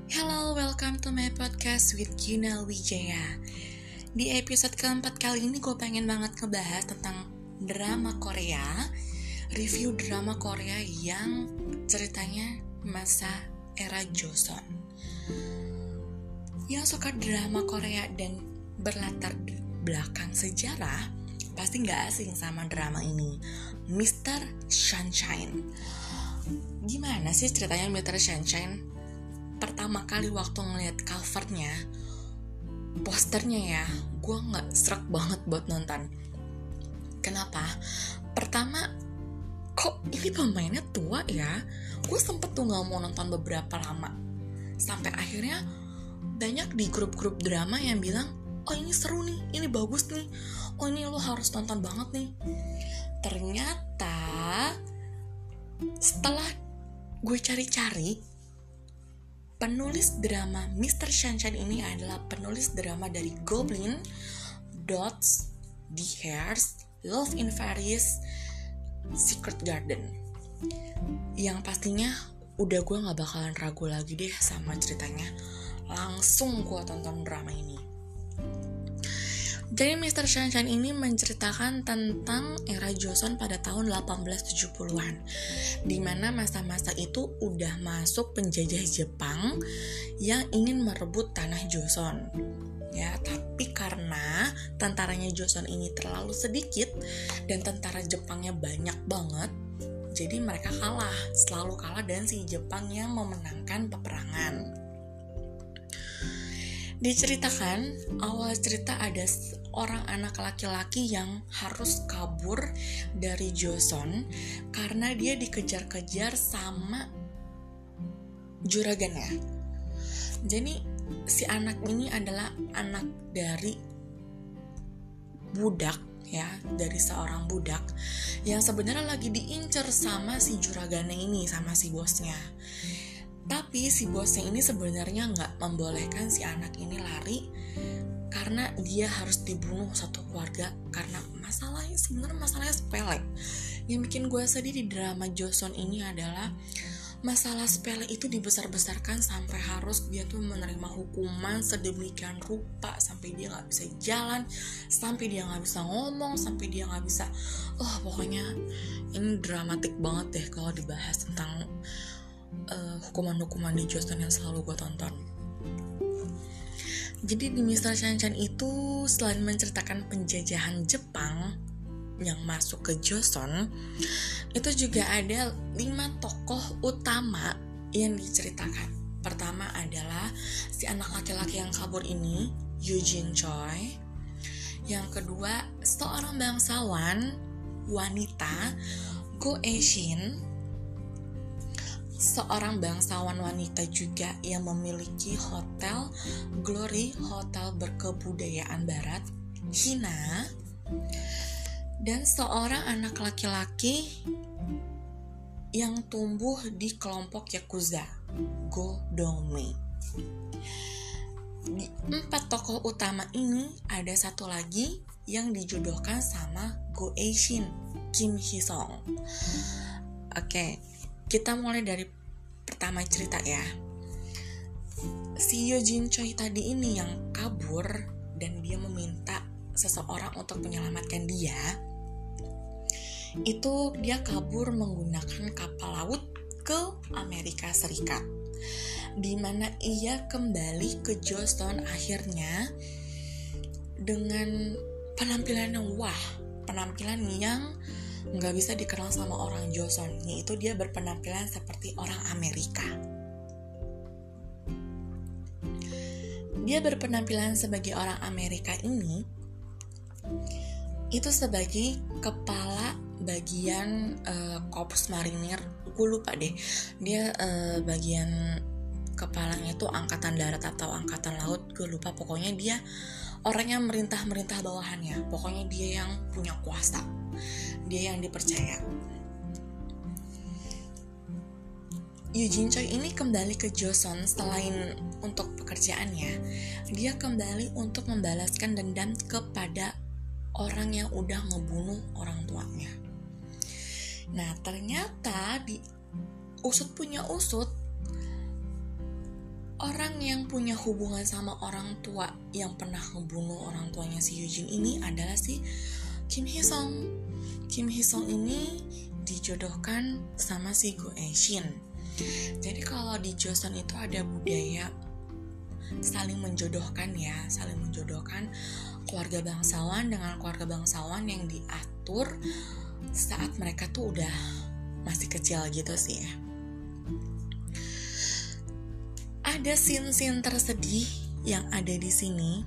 Hello, welcome to my podcast with Gina Wijaya. Di episode keempat kali ini gue pengen banget ngebahas tentang drama Korea. Review drama Korea yang ceritanya masa era Joseon. Yang suka drama Korea dan berlatar belakang sejarah pasti gak asing sama drama ini, Mr. Sunshine. Gimana sih ceritanya Mr. Sunshine? Pertama kali waktu ngeliat covernya, posternya ya, gue gak srek banget buat nonton. Kenapa? Pertama, kok ini pemainnya tua ya? Gue sempet tuh gak mau nonton beberapa lama. Sampai akhirnya banyak di grup-grup drama yang bilang, oh ini seru nih, ini bagus nih, oh ini lo harus nonton banget nih. Ternyata setelah gue cari-cari, penulis drama Mr. Sunshine ini adalah penulis drama dari Goblin, Dots, The Hairs, Love in Paris, Secret Garden. Yang pastinya udah gue gak bakalan ragu lagi deh sama ceritanya. Langsung gue tonton drama ini. Jadi Mr. Sunshine ini menceritakan tentang era Joseon pada tahun 1870-an, dimana masa-masa itu udah masuk penjajah Jepang yang ingin merebut tanah Joseon. Ya, tapi karena tentaranya Joseon ini terlalu sedikit dan tentara Jepangnya banyak banget, jadi mereka selalu kalah dan si Jepang yang memenangkan peperangan. Diceritakan, awal cerita ada seorang anak laki-laki yang harus kabur dari Joseon karena dia dikejar-kejar sama juragannya. Jadi si anak ini adalah anak dari budak ya, dari seorang budak yang sebenarnya lagi diincar sama si juragannya ini, sama si bosnya. Tapi si bosnya ini sebenarnya nggak membolehkan si anak ini lari karena dia harus dibunuh satu keluarga karena masalahnya sepele. Yang bikin gue sedih di drama Joseon ini adalah masalah sepele itu dibesar-besarkan sampai harus dia tuh menerima hukuman sedemikian rupa, sampai dia nggak bisa jalan, sampai dia nggak bisa ngomong, sampai dia nggak bisa. Pokoknya ini dramatik banget deh kalau dibahas tentang hukuman-hukuman di Joseon yang selalu gue tonton. Jadi di Mr. Sunshine itu selain menceritakan penjajahan Jepang yang masuk ke Joseon, itu juga ada 5 tokoh utama yang diceritakan. Pertama adalah si anak laki-laki yang kabur ini, Eugene Choi. Yang kedua, seorang bangsawan wanita, Go Ae-shin, seorang bangsawan wanita juga yang memiliki hotel Glory, hotel berkebudayaan barat, Hina, dan seorang anak laki-laki yang tumbuh di kelompok Yakuza, Go Dong-mi. Di 4 tokoh utama ini ada satu lagi yang dijodohkan sama Go Ae-shin, Kim Hee-sung. Oke, kita mulai dari pertama cerita ya. Si Eugene Choi tadi ini yang kabur dan dia meminta seseorang untuk menyelamatkan dia. Itu dia kabur menggunakan kapal laut ke Amerika Serikat, di mana ia kembali ke Joseon akhirnya dengan penampilan yang nggak bisa dikenal sama orang Joseon, yaitu dia berpenampilan seperti orang Amerika. Dia berpenampilan sebagai orang Amerika ini itu sebagai kepala bagian Korps Marinir. Gue lupa deh, dia bagian kepalanya itu angkatan darat atau angkatan laut, gue lupa. Pokoknya dia orang yang merintah bawahannya. Pokoknya dia yang punya kuasa, dia yang dipercaya. Eugene Choi ini kembali ke Joseon selain untuk pekerjaannya, dia kembali untuk membalaskan dendam kepada orang yang udah ngebunuh orang tuanya. Nah, ternyata di usut punya usut, Orang yang punya hubungan sama orang tua yang pernah ngebunuh orang tuanya si Eugene ini adalah si Kim Hee Sung. Kim Hee Sung ini dijodohkan sama si Go Ae-shin. Jadi kalau di Joseon itu ada budaya saling menjodohkan ya, saling menjodohkan keluarga bangsawan dengan keluarga bangsawan yang diatur saat mereka tuh udah masih kecil gitu sih ya. Ada scene-scene tersedih yang ada di sini.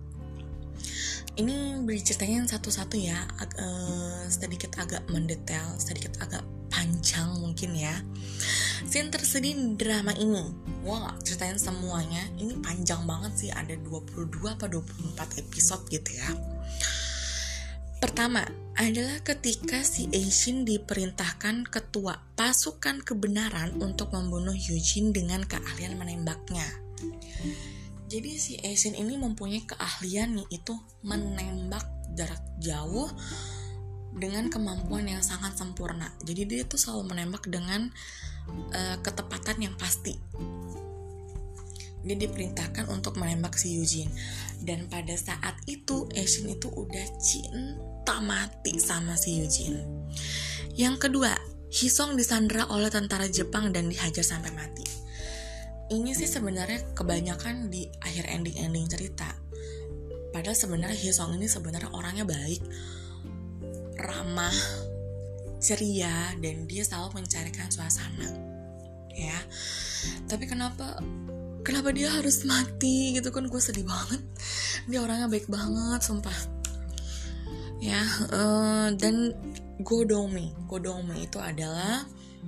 Ini berceritanya satu-satu ya, sedikit agak mendetail, sedikit agak panjang mungkin ya. Scene tersedih drama ini, gua gak ceritain semuanya, ini panjang banget sih, ada 22 apa 24 episode gitu ya. Pertama adalah ketika si Ae-shin diperintahkan ketua pasukan kebenaran untuk membunuh Eugene dengan keahlian menembaknya. Jadi si Ae-shin ini mempunyai keahlian yaitu menembak jarak jauh dengan kemampuan yang sangat sempurna. Jadi dia tuh selalu menembak dengan ketepatan yang pasti. Dia diperintahkan untuk menembak si Eugene. Dan pada saat itu Ae-shin itu udah cinta mati sama si Eugene. Yang kedua, Hee Sung disandera oleh tentara Jepang dan dihajar sampai mati. Ini sih sebenarnya kebanyakan di akhir ending cerita. Padahal sebenarnya Hee Sung ini sebenarnya orangnya baik, ramah, ceria, dan dia selalu mencarikan suasana. Ya. Tapi kenapa dia harus mati gitu kan, gue sedih banget. Dia orangnya baik banget sumpah ya. Dan Go Dong-mi itu adalah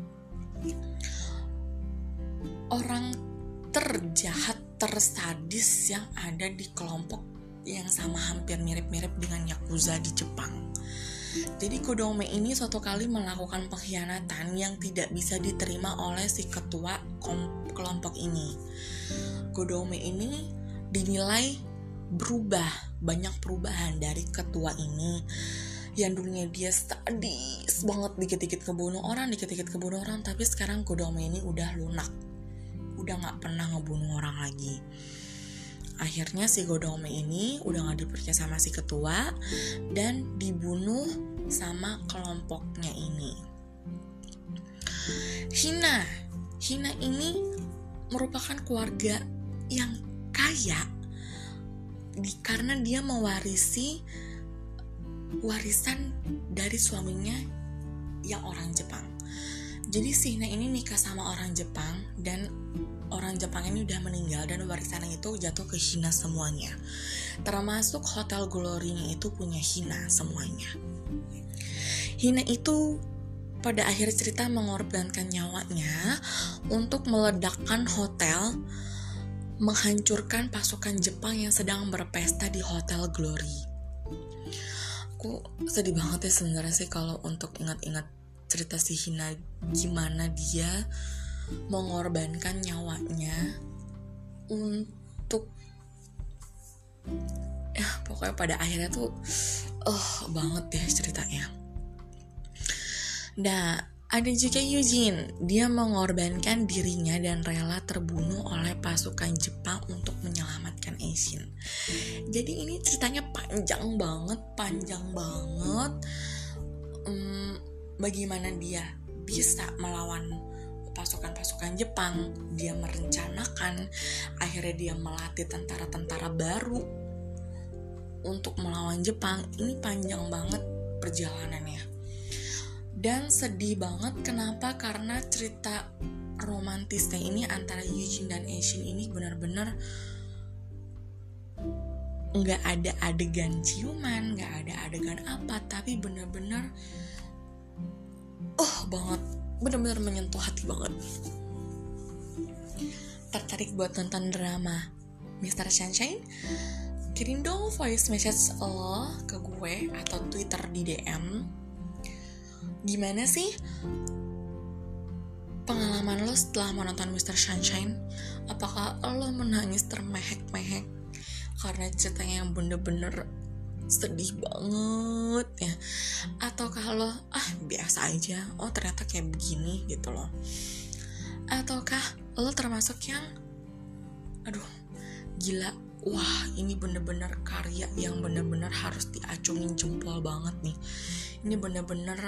orang terjahat, tersadis yang ada di kelompok yang sama hampir mirip-mirip dengan Yakuza di Jepang. Jadi Go Dong-mi ini suatu kali melakukan pengkhianatan yang tidak bisa diterima oleh si ketua kelompok ini. Go Dong-mi ini dinilai banyak perubahan dari ketua ini. Yang dulunya dia sadis banget, dikit-dikit kebunuh orang, tapi sekarang Go Dong-mi ini udah lunak, udah gak pernah ngebunuh orang lagi. Akhirnya si Go Dong-mi ini udah gak dipercaya sama si ketua dan dibunuh sama kelompoknya ini. Hina ini merupakan keluarga yang kaya karena dia mewarisi warisan dari suaminya yang orang Jepang. Jadi si Hina ini nikah sama orang Jepang dan orang Jepang ini udah meninggal dan warisannya itu jatuh ke Hina semuanya. Termasuk Hotel Glory-nya itu punya Hina semuanya. Hina itu pada akhir cerita mengorbankan nyawanya untuk meledakkan hotel, menghancurkan pasukan Jepang yang sedang berpesta di Hotel Glory. Aku sedih banget ya sebenarnya sih kalau untuk ingat-ingat cerita si Hina, gimana dia mengorbankan nyawanya untuk pokoknya pada akhirnya tuh banget deh ceritanya. Nah, ada juga Eugene. Dia mengorbankan dirinya dan rela terbunuh oleh pasukan Jepang untuk menyelamatkan Ae-shin. Jadi ini ceritanya panjang banget. Bagaimana dia bisa melawan pasukan-pasukan Jepang. Dia merencanakan, akhirnya dia melatih tentara-tentara baru untuk melawan Jepang. Ini panjang banget perjalanannya. Dan sedih banget, kenapa? Karena cerita romantisnya ini antara Eugene dan Ae-shin ini benar-benar gak ada adegan ciuman, gak ada adegan apa, tapi benar-benar banget, benar-benar menyentuh hati banget. Tertarik buat nonton drama Mr. Sunshine? Kirim dong voice message lo ke gue atau Twitter di DM. Gimana sih pengalaman lo setelah menonton Mr. Sunshine? Apakah lo menangis termehek-mehek karena ceritanya yang bener-bener sedih banget ya? Ataukah lo biasa aja, ternyata kayak begini gitu loh? Ataukah lo termasuk yang Aduh, gila. Wah, ini bener-bener karya yang bener-bener harus diacungin jempol banget nih. Ini bener-bener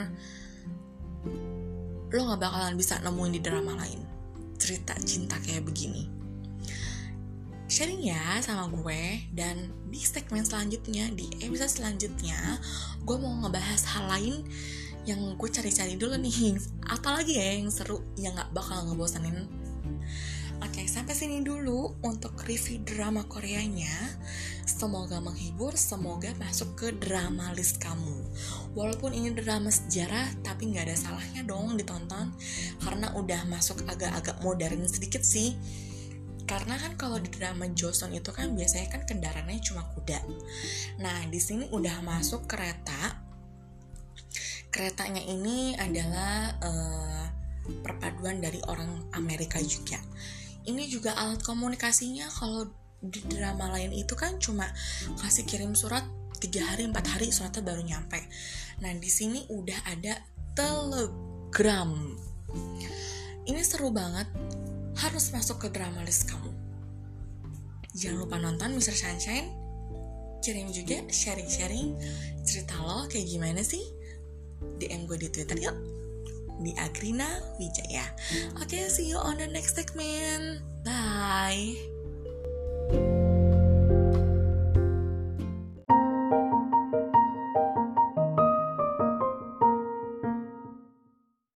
lo gak bakalan bisa nemuin di drama lain cerita cinta kayak begini. Sharing ya sama gue, dan di segmen selanjutnya, di episode selanjutnya, gue mau ngebahas hal lain yang gue cari-cari dulu nih. Apalagi ya yang seru, yang gak bakal ngebosanin. Oke, sampai sini dulu untuk review drama Koreanya. Semoga menghibur, semoga masuk ke drama list kamu. Walaupun ini drama sejarah, tapi gak ada salahnya dong ditonton, karena udah masuk agak-agak modern sedikit sih. Karena kan kalau di drama Joseon itu kan biasanya kan kendaraannya cuma kuda. Nah, di sini udah masuk kereta. Keretanya ini adalah perpaduan dari orang Amerika juga. Ini juga alat komunikasinya. Kalau di drama lain itu kan cuma kasih kirim surat 3 hari 4 hari suratnya baru nyampe. Nah, di sini udah ada telegram. Ini seru banget, harus masuk ke drama list kamu. Jangan lupa nonton Mr. Sunshine. Kirim juga sharing-sharing cerita lo kayak gimana sih. DM gue di Twitter yuk, di Agrina Wijaya. Oke, see you on the next segment. Bye.